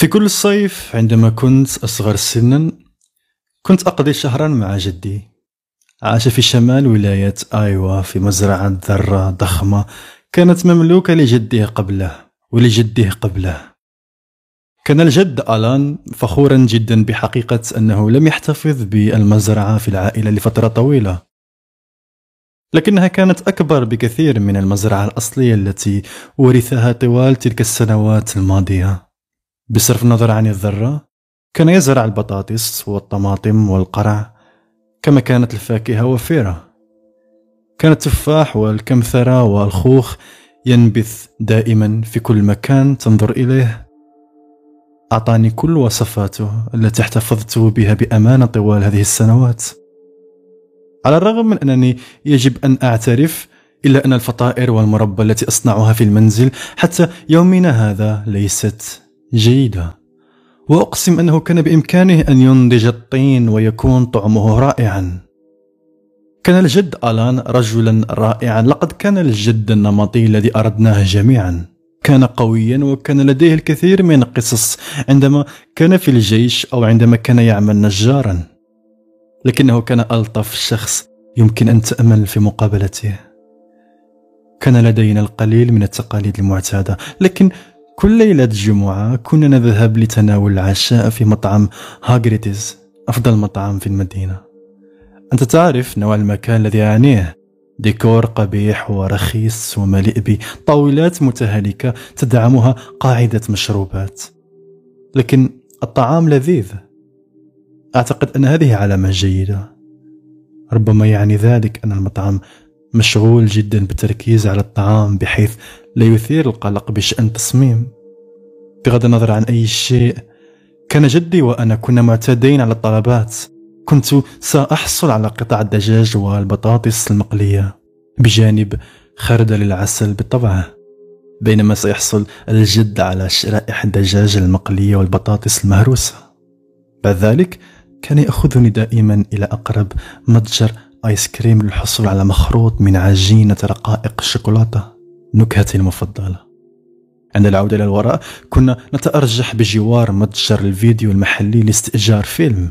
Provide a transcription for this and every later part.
في كل صيف عندما كنت أصغر سنا كنت أقضي شهرا مع جدي. عاش في شمال ولاية آيوا في مزرعة ذرة ضخمة كانت مملوكة لجده قبله ولجده قبله. كان الجد آلان فخورا جدا بحقيقة أنه لم يحتفظ بالمزرعة في العائلة لفترة طويلة، لكنها كانت أكبر بكثير من المزرعة الأصلية التي ورثها طوال تلك السنوات الماضية. بصرف النظر عن الذرة، كان يزرع البطاطس والطماطم والقرع، كما كانت الفاكهة وفيرة. كان التفاح والكمثرى والخوخ ينبث دائما في كل مكان تنظر إليه. أعطاني كل وصفاته التي احتفظت بها بأمانة طوال هذه السنوات، على الرغم من أنني يجب أن أعترف إلا أن الفطائر والمربى التي أصنعها في المنزل حتى يومنا هذا ليست جيدة. وأقسم أنه كان بإمكانه أن ينضج الطين ويكون طعمه رائعا. كان الجد آلان رجلا رائعا، لقد كان الجد النمطي الذي أردناه جميعا. كان قويا وكان لديه الكثير من القصص عندما كان في الجيش أو عندما كان يعمل نجارا، لكنه كان ألطف شخص يمكن أن تأمل في مقابلته. كان لدينا القليل من التقاليد المعتادة، لكن كل ليلة جمعة كنا نذهب لتناول العشاء في مطعم هاغريتز، أفضل مطعم في المدينة. أنت تعرف نوع المكان الذي أعنيه، ديكور قبيح ورخيص ومليء بطاولات متهالكة تدعمها قاعدة مشروبات، لكن الطعام لذيذ. أعتقد أن هذه علامة جيدة. ربما يعني ذلك أن المطعم مشغول جدا بالتركيز على الطعام بحيث لا يثير القلق بشأن التصميم. بغض النظر عن أي شيء، كان جدي وأنا كنا معتادين على الطلبات. كنت سأحصل على قطع الدجاج والبطاطس المقلية بجانب خردل العسل بالطبع، بينما سيحصل الجد على شرائح الدجاج المقلية والبطاطس المهروسة. بعد ذلك كان يأخذني دائما إلى أقرب متجر آيس كريم للحصول على مخروط من عجينة رقائق الشوكولاتة، نكهتي المفضلة. عند العودة إلى الوراء كنا نتأرجح بجوار متجر الفيديو المحلي لاستئجار فيلم.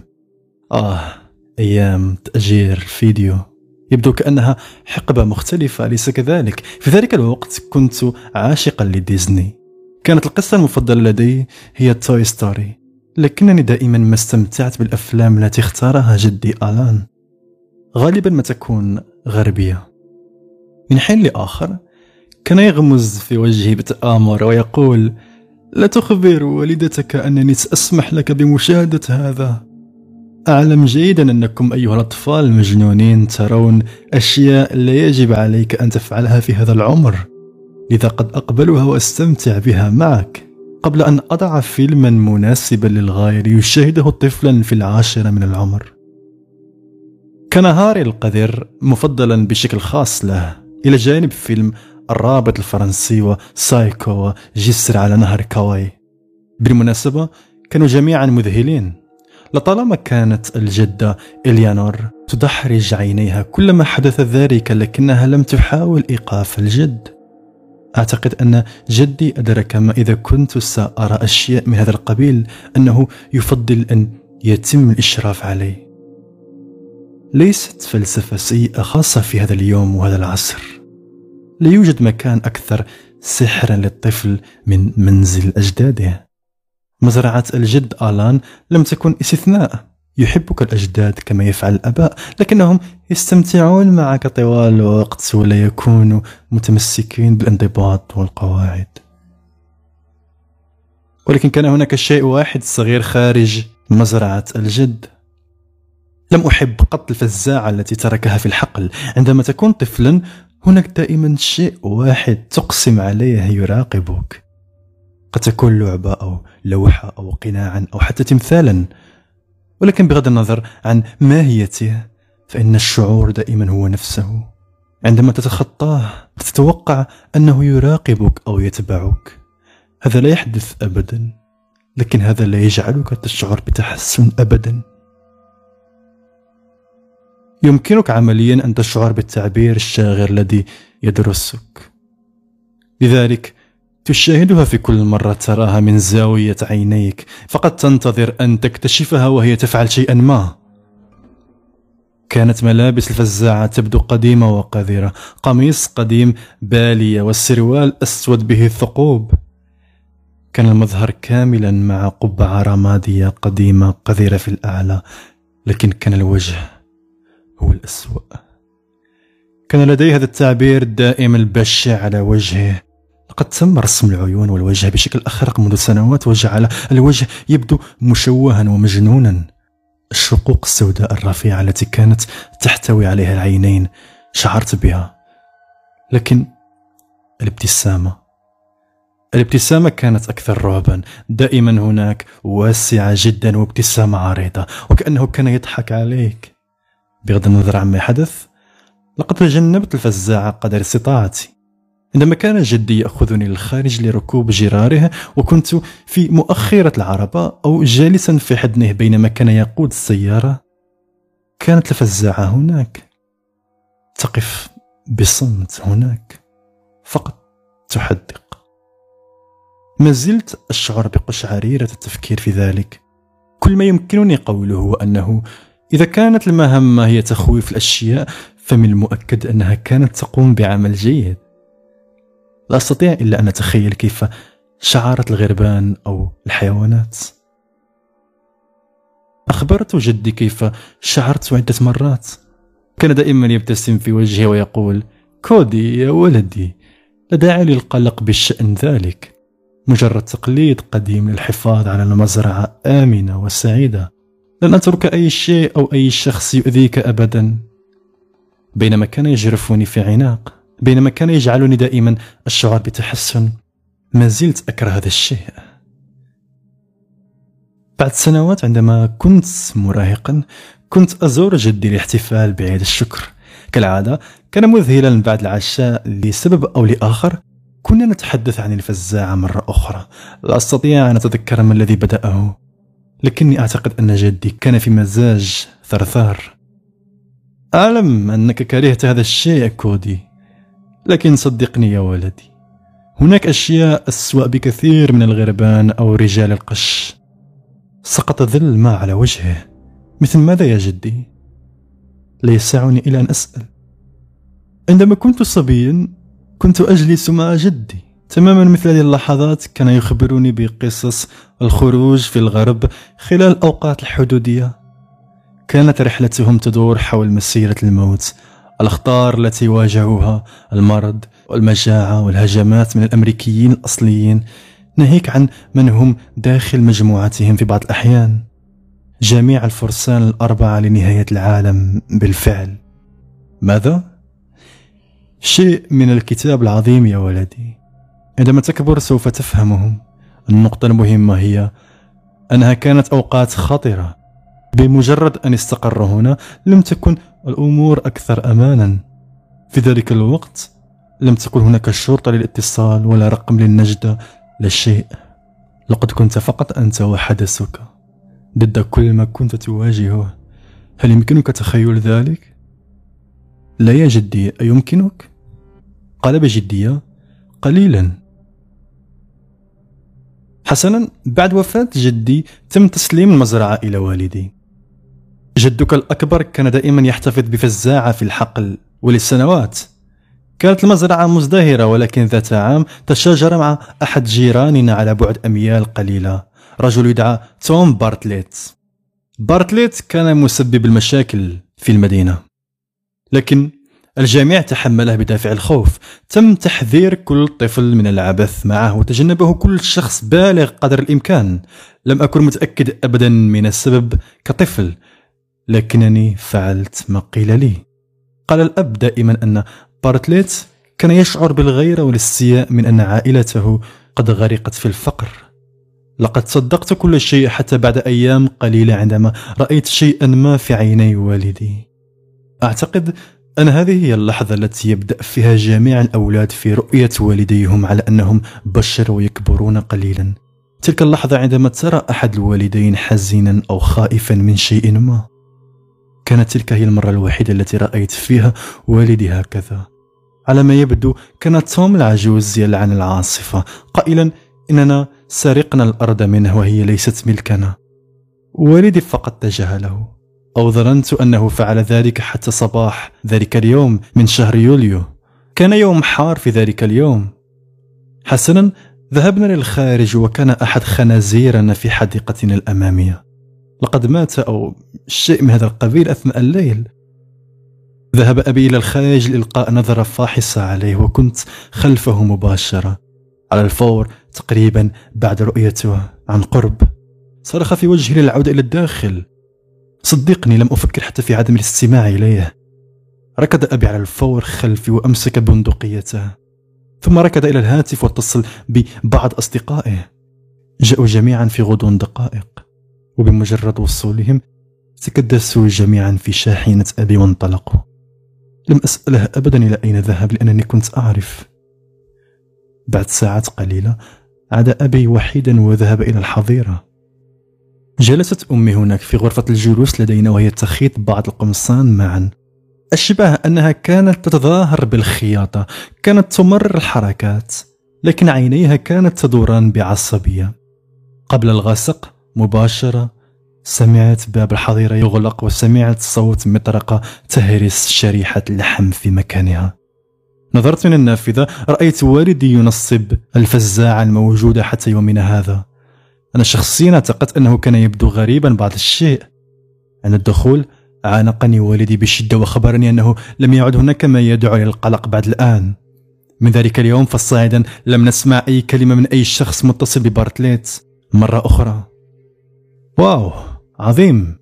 أيام تأجير فيديو يبدو كأنها حقبة مختلفة، أليس كذلك؟ في ذلك الوقت كنت عاشقا لديزني. كانت القصة المفضلة لدي هي توي ستوري، لكنني دائما ما استمتعت بالأفلام التي اختارها جدي آلان، غالبا ما تكون غربية. من حين لآخر كان يغمز في وجهي بتآمر ويقول: لا تخبر والدتك أنني سأسمح لك بمشاهدة هذا. أعلم جيدا أنكم أيها الأطفال المجنونين ترون أشياء لا يجب عليك أن تفعلها في هذا العمر، لذا قد أقبلها وأستمتع بها معك قبل أن أضع فيلما مناسبا للغاية ليشاهده طفلا في 10 من العمر. كان هاري القذر مفضلا بشكل خاص له، إلى جانب فيلم الرابط الفرنسي وسايكو وجسر على نهر كاواي. بالمناسبة كانوا جميعا مذهلين. لطالما كانت الجدة إليانور تدحرج عينيها كلما حدث ذلك، لكنها لم تحاول إيقاف الجد. أعتقد أن جدي أدرك ما إذا كنت سأرى أشياء من هذا القبيل أنه يفضل أن يتم الإشراف عليه. ليست فلسفة سيئة خاصة في هذا اليوم وهذا العصر. لا يوجد مكان أكثر سحرا للطفل من منزل أجداده. مزرعة الجد آلان لم تكن استثناء. يحبك الأجداد كما يفعل الأباء، لكنهم يستمتعون معك طوال الوقت ولا يكونوا متمسكين بالانضباط والقواعد. ولكن كان هناك شيء واحد صغير خارج مزرعة الجد. لم أحب قط الفزاعة التي تركها في الحقل. عندما تكون طفلا هناك دائما شيء واحد تقسم عليه يراقبك. قد تكون لعبة أو لوحة أو قناعا أو حتى تمثالا، ولكن بغض النظر عن ماهيته فإن الشعور دائما هو نفسه. عندما تتخطاه تتوقع أنه يراقبك أو يتبعك. هذا لا يحدث أبدا، لكن هذا لا يجعلك تشعر بتحسن أبدا. يمكنك عمليا أن تشعر بالتعبير الشاغر الذي يدرسك. لذلك تشاهدها في كل مرة تراها من زاوية عينيك، فقط تنتظر أن تكتشفها وهي تفعل شيئا ما. كانت ملابس الفزاعة تبدو قديمة وقذرة، قميص قديم بالية والسروال أسود به الثقوب. كان المظهر كاملا مع قبعة رمادية قديمة قذرة في الأعلى، لكن كان الوجه هو الأسوأ. كان لديه هذا التعبير الدائم البشع على وجهه. لقد تم رسم العيون والوجه بشكل أخرق منذ سنوات، وجعل الوجه يبدو مشوها ومجنونا. الشقوق السوداء الرفيعة التي كانت تحتوي عليها العينين شعرت بها، لكن الابتسامة كانت أكثر رعبا. دائما هناك، واسعة جدا وابتسامة عريضة، وكأنه كان يضحك عليك. بغض النظر عما حدث، لقد تجنبت الفزاعة قدر استطاعتي. عندما كان جدي يأخذني للخارج لركوب جراره، وكنت في مؤخرة العربة أو جالسا في حضنه بينما كان يقود السيارة، كانت الفزاعة هناك، تقف بصمت هناك، فقط تحدق. ما زلت أشعر بقشعريرة التفكير في ذلك. كل ما يمكنني قوله هو أنه إذا كانت المهمة هي تخويف الأشياء، فمن المؤكد أنها كانت تقوم بعمل جيد. لا أستطيع إلا أن أتخيل كيف شعرت الغربان أو الحيوانات. أخبرت جدي كيف شعرت عدة مرات. كان دائما يبتسم في وجهي ويقول: كودي يا ولدي، لا داعي للقلق بشأن ذلك، مجرد تقليد قديم للحفاظ على المزرعة آمنة وسعيدة. لن أترك أي شيء أو أي شخص يؤذيك أبدا. بينما كان يجرفني في عناق، بينما كان يجعلني دائما الشعور بتحسن، ما زلت أكره هذا الشيء. بعد سنوات عندما كنت مراهقا، كنت أزور جدي لاحتفال بعيد الشكر. كالعادة كان مذهلا. بعد العشاء لسبب أو لآخر كنا نتحدث عن الفزاعة مرة أخرى. لا أستطيع أن أتذكر ما الذي بدأه، لكني أعتقد أن جدي كان في مزاج ثرثار. أعلم أنك كرهت هذا الشيء كودي، لكن صدقني يا ولدي، هناك أشياء أسوأ بكثير من الغربان أو رجال القش. سقط ظل ما على وجهه. مثل ماذا يا جدي؟ لا يسعني إلا أن أسأل. عندما كنت صبيا كنت أجلس مع جدي تماما مثل هذه اللحظات. كان يخبرني بقصص الخروج في الغرب خلال الأوقات الحدودية. كانت رحلتهم تدور حول مسيرة الموت، الأخطار التي واجهوها، المرض والمجاعة والهجمات من الأمريكيين الأصليين، ناهيك عن من هم داخل مجموعتهم في بعض الأحيان. جميع الفرسان الأربعة لنهاية العالم بالفعل. ماذا؟ شيء من الكتاب العظيم يا ولدي. عندما تكبر سوف تفهمهم. النقطة المهمة هي أنها كانت أوقات خطرة. بمجرد أن استقر هنا لم تكن الأمور أكثر أمانا. في ذلك الوقت لم تكن هناك شرطة للاتصال ولا رقم للنجدة، لا شيء. لقد كنت فقط أنت وحدثك ضد كل ما كنت تواجهه. هل يمكنك تخيل ذلك؟ لا يا جدي، أيمكنك؟ قال بجدية: قليلا. حسنا، بعد وفاة جدي تم تسليم المزرعة إلى والدي. جدك الأكبر كان دائما يحتفظ بفزاعة في الحقل، ولسنوات كانت المزرعة مزدهرة. ولكن ذات عام تشاجر مع أحد جيراننا على بعد أميال قليلة، رجل يدعى توم بارتليت. بارتليت كان مسبب المشاكل في المدينة، لكن الجميع تحمله بدافع الخوف. تم تحذير كل طفل من العبث معه، وتجنبه كل شخص بالغ قدر الإمكان. لم أكن متأكد أبدا من السبب كطفل، لكنني فعلت ما قيل لي. قال الأب دائما أن بارتليت كان يشعر بالغيرة والاستياء من أن عائلته قد غرقت في الفقر. لقد صدقت كل شيء حتى بعد أيام قليلة عندما رأيت شيئا ما في عيني والدي. أعتقد أن هذه هي اللحظة التي يبدأ فيها جميع الأولاد في رؤية والديهم على أنهم بشر ويكبرون قليلا. تلك اللحظة عندما ترى أحد الوالدين حزينا أو خائفا من شيء ما. كانت تلك هي المرة الوحيدة التي رأيت فيها والدي هكذا. على ما يبدو كان توم العجوز يلعن العاصفة قائلا إننا سرقنا الأرض منه وهي ليست ملكنا. والدي فقط تجاهله، أو ظننت أنه فعل ذلك حتى صباح ذلك اليوم من شهر يوليو. كان يوم حار في ذلك اليوم. حسنا، ذهبنا للخارج وكان أحد خنازيرنا في حديقتنا الأمامية. لقد مات أو شيء من هذا القبيل أثناء الليل. ذهب أبي إلى الخارج لإلقاء نظرة فاحصة عليه، وكنت خلفه مباشرة. على الفور تقريبا بعد رؤيته عن قرب صرخ في وجهي للعودة إلى الداخل. صدقني لم أفكر حتى في عدم الاستماع إليه. ركض أبي على الفور خلفي وأمسك بندقيته، ثم ركض إلى الهاتف واتصل ببعض أصدقائه. جاءوا جميعا في غضون دقائق، وبمجرد وصولهم تكدسوا جميعا في شاحنة أبي وانطلقوا. لم أسأله أبدا إلى أين ذهب لأنني كنت أعرف. بعد ساعات قليلة عاد أبي وحيدا وذهب إلى الحظيرة. جلست أمي هناك في غرفة الجلوس لدينا وهي تخيط بعض القمصان معا. أشبه أنها كانت تتظاهر بالخياطة. كانت تمرر الحركات، لكن عينيها كانت تدوران بعصبية. قبل الغسق مباشرة سمعت باب الحظيرة يغلق، وسمعت صوت مطرقة تهرس شريحة اللحم في مكانها. نظرت من النافذة، رأيت والدي ينصب الفزاعة الموجودة حتى يومنا هذا. أنا شخصيا اعتقدت أنه كان يبدو غريبا بعض الشيء. عند الدخول عانقني والدي بشدة وخبرني أنه لم يعد هناك ما يدعو للقلق بعد الآن. من ذلك اليوم فصاعدا لم نسمع أي كلمة من أي شخص متصل ببارتليت مرة أخرى. واو، عظيم.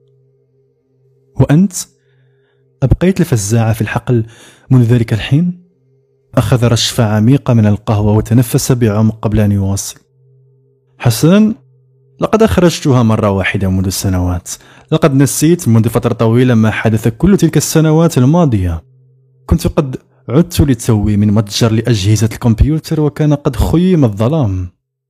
وأنت؟ أبقيت الفزاعة في الحقل منذ ذلك الحين؟ أخذ رشفة عميقة من القهوة وتنفس بعمق قبل أن يواصل. حسنا، لقد أخرجتها مرة واحدة منذ سنوات. لقد نسيت منذ فترة طويلة ما حدث كل تلك السنوات الماضية. كنت قد عدت لتوي من متجر لأجهزة الكمبيوتر، وكان قد خيم الظلام.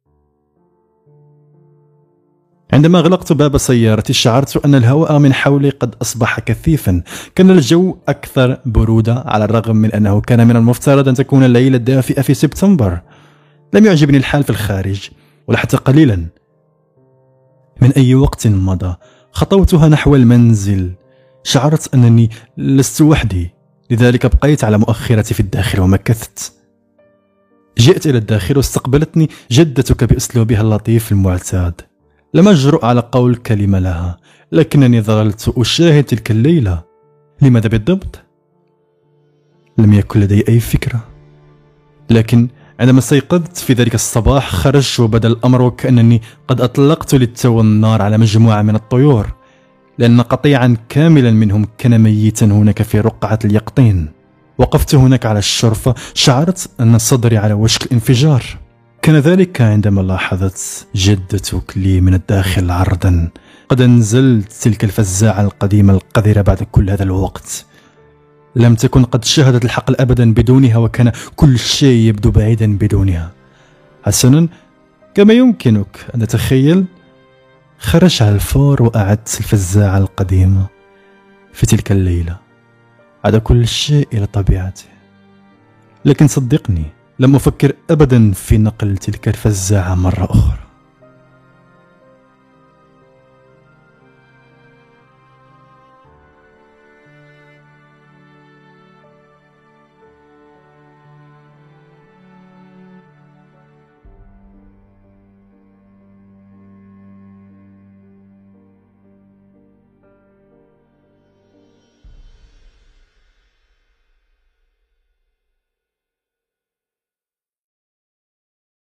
عندما أغلقت باب سيارتي شعرت أن الهواء من حولي قد أصبح كثيفا. كان الجو أكثر برودة على الرغم من أنه كان من المفترض أن تكون الليلة دافئة في سبتمبر. لم يعجبني الحال في الخارج ولا حتى قليلا. من أي وقت مضى خطوتها نحو المنزل شعرت أنني لست وحدي، لذلك بقيت على مؤخرتي في الداخل ومكثت. جئت إلى الداخل واستقبلتني جدتك بأسلوبها اللطيف المعتاد. لم أجرؤ على قول كلمة لها، لكنني ظللت أشاهد تلك الليلة. لماذا بالضبط؟ لم يكن لدي أي فكرة، لكن عندما استيقظت في ذلك الصباح خرجت وبدا الأمر وكأنني قد أطلقت للتو النار على مجموعة من الطيور، لأن قطيعا كاملا منهم كان ميتا هناك في رقعة اليقطين. وقفت هناك على الشرفة، شعرت أن صدري على وشك الانفجار. كان ذلك عندما لاحظت جدتك لي من الداخل عرضا. قد انزلت تلك الفزاعة القديمة القذرة بعد كل هذا الوقت. لم تكن قد شهدت الحقل أبدا بدونها، وكان كل شيء يبدو بعيدا بدونها. حسنا، كما يمكنك أن تتخيل خرج على الفور وأعدت الفزاعة القديمة. في تلك الليلة عاد كل شيء إلى طبيعته، لكن صدقني لم أفكر أبدا في نقل تلك الفزاعة مرة أخرى.